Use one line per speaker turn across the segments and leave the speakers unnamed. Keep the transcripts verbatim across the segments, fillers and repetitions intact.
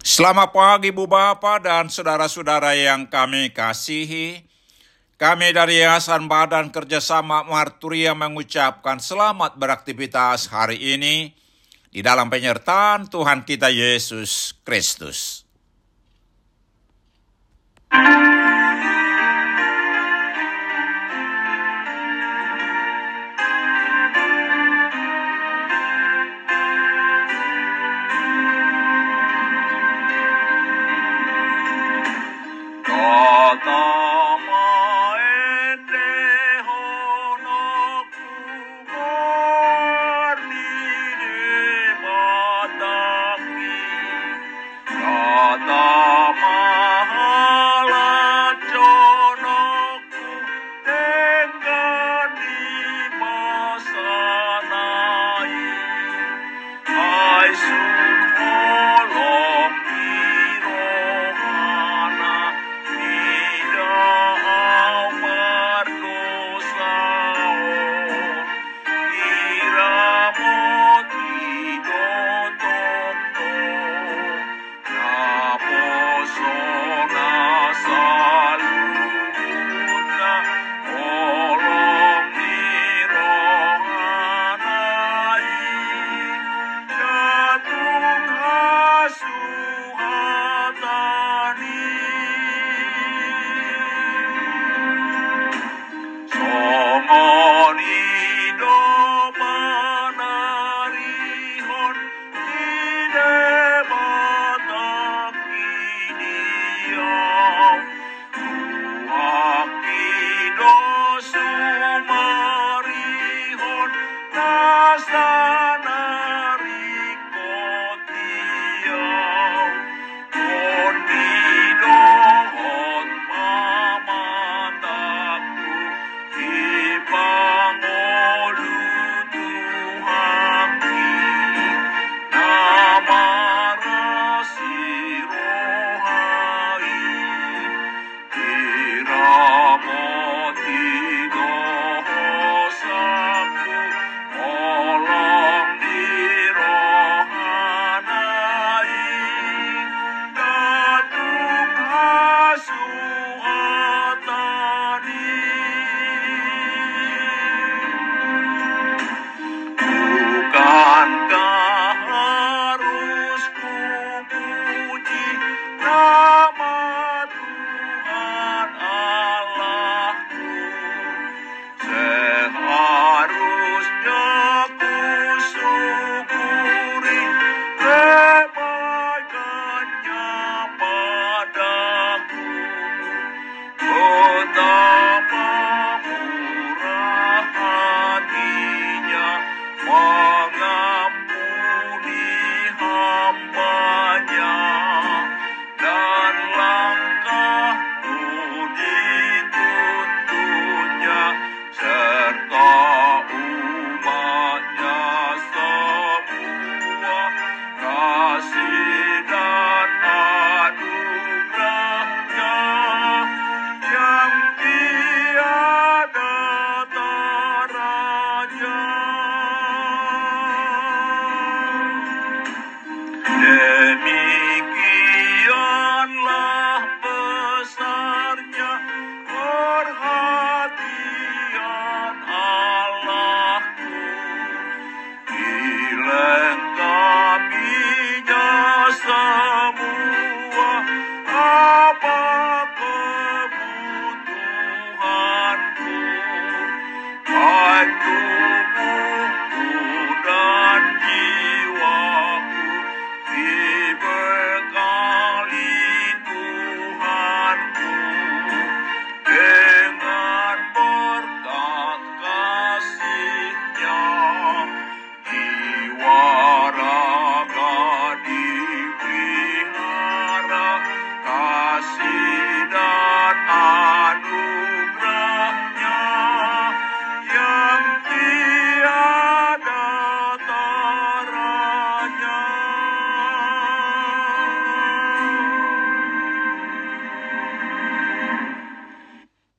Selamat pagi Ibu Bapak dan saudara-saudara yang kami kasihi. Kami dari Yayasan Badan Kerjasama Marturia mengucapkan selamat beraktivitas hari ini di dalam penyertaan Tuhan kita Yesus Kristus.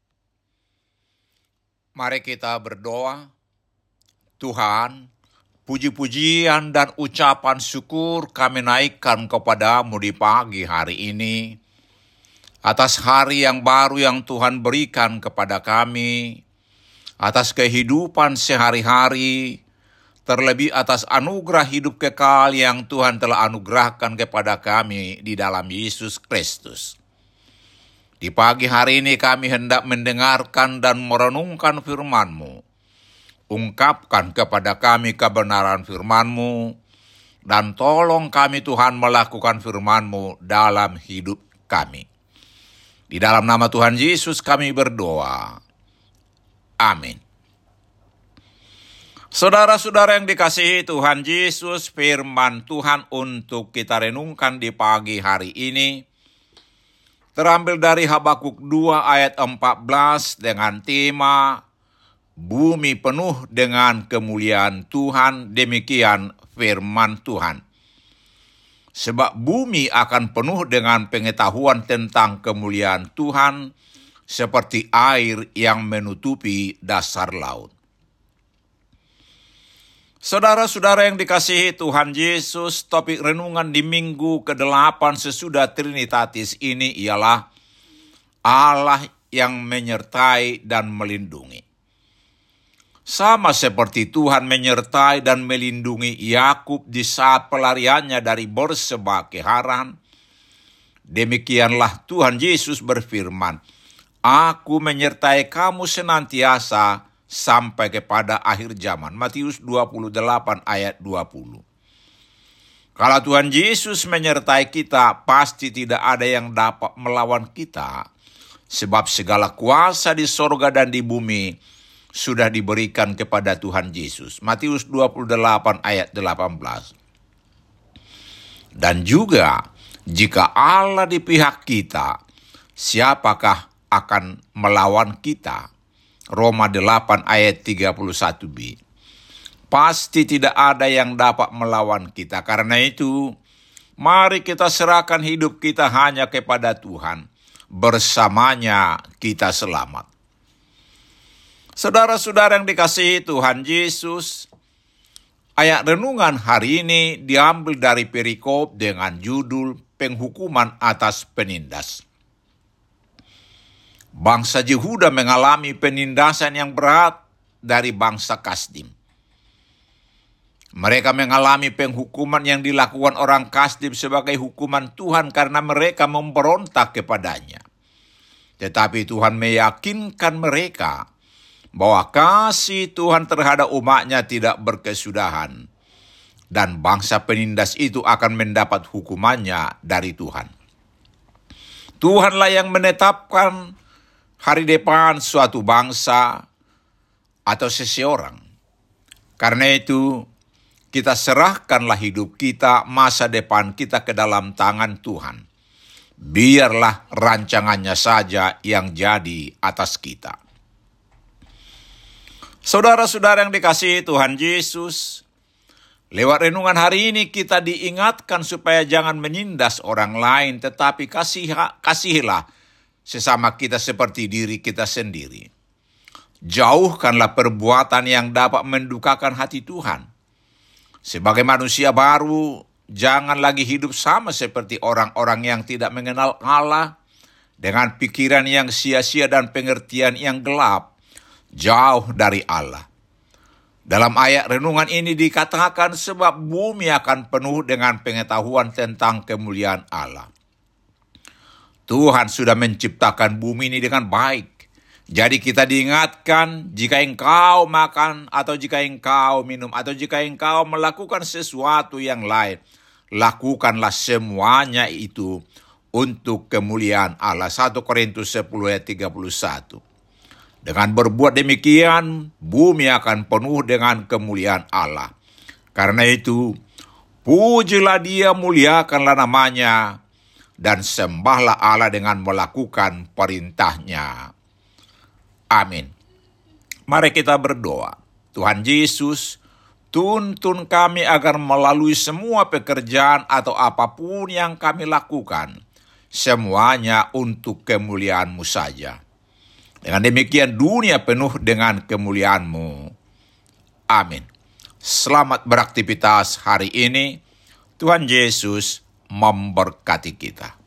Mari kita berdoa. Tuhan, puji-pujian dan ucapan syukur kami naikkan kepadamu di pagi hari ini, atas hari yang baru yang Tuhan berikan kepada kami, atas kehidupan sehari-hari, terlebih atas anugerah hidup kekal yang Tuhan telah anugerahkan kepada kami di dalam Yesus Kristus. Di pagi hari ini kami hendak mendengarkan dan merenungkan firman-Mu. Ungkapkan kepada kami kebenaran firman-Mu, dan tolong kami Tuhan melakukan firman-Mu dalam hidup kami. Di dalam nama Tuhan Yesus kami berdoa. Amin. Saudara-saudara yang dikasihi Tuhan Yesus, firman Tuhan untuk kita renungkan di pagi hari ini terambil dari Habakuk dua ayat empat belas dengan tema Bumi penuh dengan kemuliaan Tuhan, demikian firman Tuhan. Sebab bumi akan penuh dengan pengetahuan tentang kemuliaan Tuhan seperti air yang menutupi dasar laut. Saudara-saudara yang dikasihi Tuhan Yesus, topik renungan di minggu kedelapan sesudah Trinitatis ini ialah Allah yang menyertai dan melindungi. Sama seperti Tuhan menyertai dan melindungi Yakub di saat pelariannya dari berseba ke Haran, demikianlah Tuhan Yesus berfirman, Aku menyertai kamu senantiasa sampai kepada akhir zaman. Matius dua puluh delapan ayat dua puluh. Kalau Tuhan Yesus menyertai kita, pasti tidak ada yang dapat melawan kita, sebab segala kuasa di sorga dan di bumi sudah diberikan kepada Tuhan Yesus. Matius dua puluh delapan ayat delapan belas. Dan juga, jika Allah di pihak kita, siapakah akan melawan kita? Roma delapan ayat tiga puluh satu b. Pasti tidak ada yang dapat melawan kita. Karena itu, mari kita serahkan hidup kita hanya kepada Tuhan. Bersamanya kita selamat. Saudara-saudara yang dikasihi Tuhan Yesus, ayat renungan hari ini diambil dari perikop dengan judul Penghukuman atas Penindas. Bangsa Yehuda mengalami penindasan yang berat dari bangsa Kasdim. Mereka mengalami penghukuman yang dilakukan orang Kasdim sebagai hukuman Tuhan karena mereka memberontak kepadanya. Tetapi Tuhan meyakinkan mereka bahwa kasih Tuhan terhadap umatnya tidak berkesudahan, dan bangsa penindas itu akan mendapat hukumannya dari Tuhan. Tuhanlah yang menetapkan hari depan suatu bangsa atau seseorang. Karena itu, kita serahkanlah hidup kita, masa depan kita ke dalam tangan Tuhan. Biarlah rancangannya saja yang jadi atas kita. Saudara-saudara yang dikasihi Tuhan Yesus, lewat renungan hari ini kita diingatkan supaya jangan menindas orang lain, tetapi kasih, kasihilah sesama kita seperti diri kita sendiri. Jauhkanlah perbuatan yang dapat mendukakan hati Tuhan. Sebagai manusia baru, jangan lagi hidup sama seperti orang-orang yang tidak mengenal Allah, dengan pikiran yang sia-sia dan pengertian yang gelap, jauh dari Allah. Dalam ayat renungan ini dikatakan sebab bumi akan penuh dengan pengetahuan tentang kemuliaan Allah. Tuhan sudah menciptakan bumi ini dengan baik. Jadi kita diingatkan, jika engkau makan atau jika engkau minum atau jika engkau melakukan sesuatu yang lain, lakukanlah semuanya itu untuk kemuliaan Allah. satu Korintus sepuluh ayat tiga puluh satu. Dengan berbuat demikian, bumi akan penuh dengan kemuliaan Allah. Karena itu, pujilah Dia, muliakanlah namanya, dan sembahlah Allah dengan melakukan perintahnya. Amin. Mari kita berdoa. Tuhan Yesus, tuntun kami agar melalui semua pekerjaan atau apapun yang kami lakukan, semuanya untuk kemuliaan-Mu saja. Dengan demikian dunia penuh dengan kemuliaan-Mu. Amin. Selamat beraktivitas hari ini. Tuhan Yesus memberkati kita.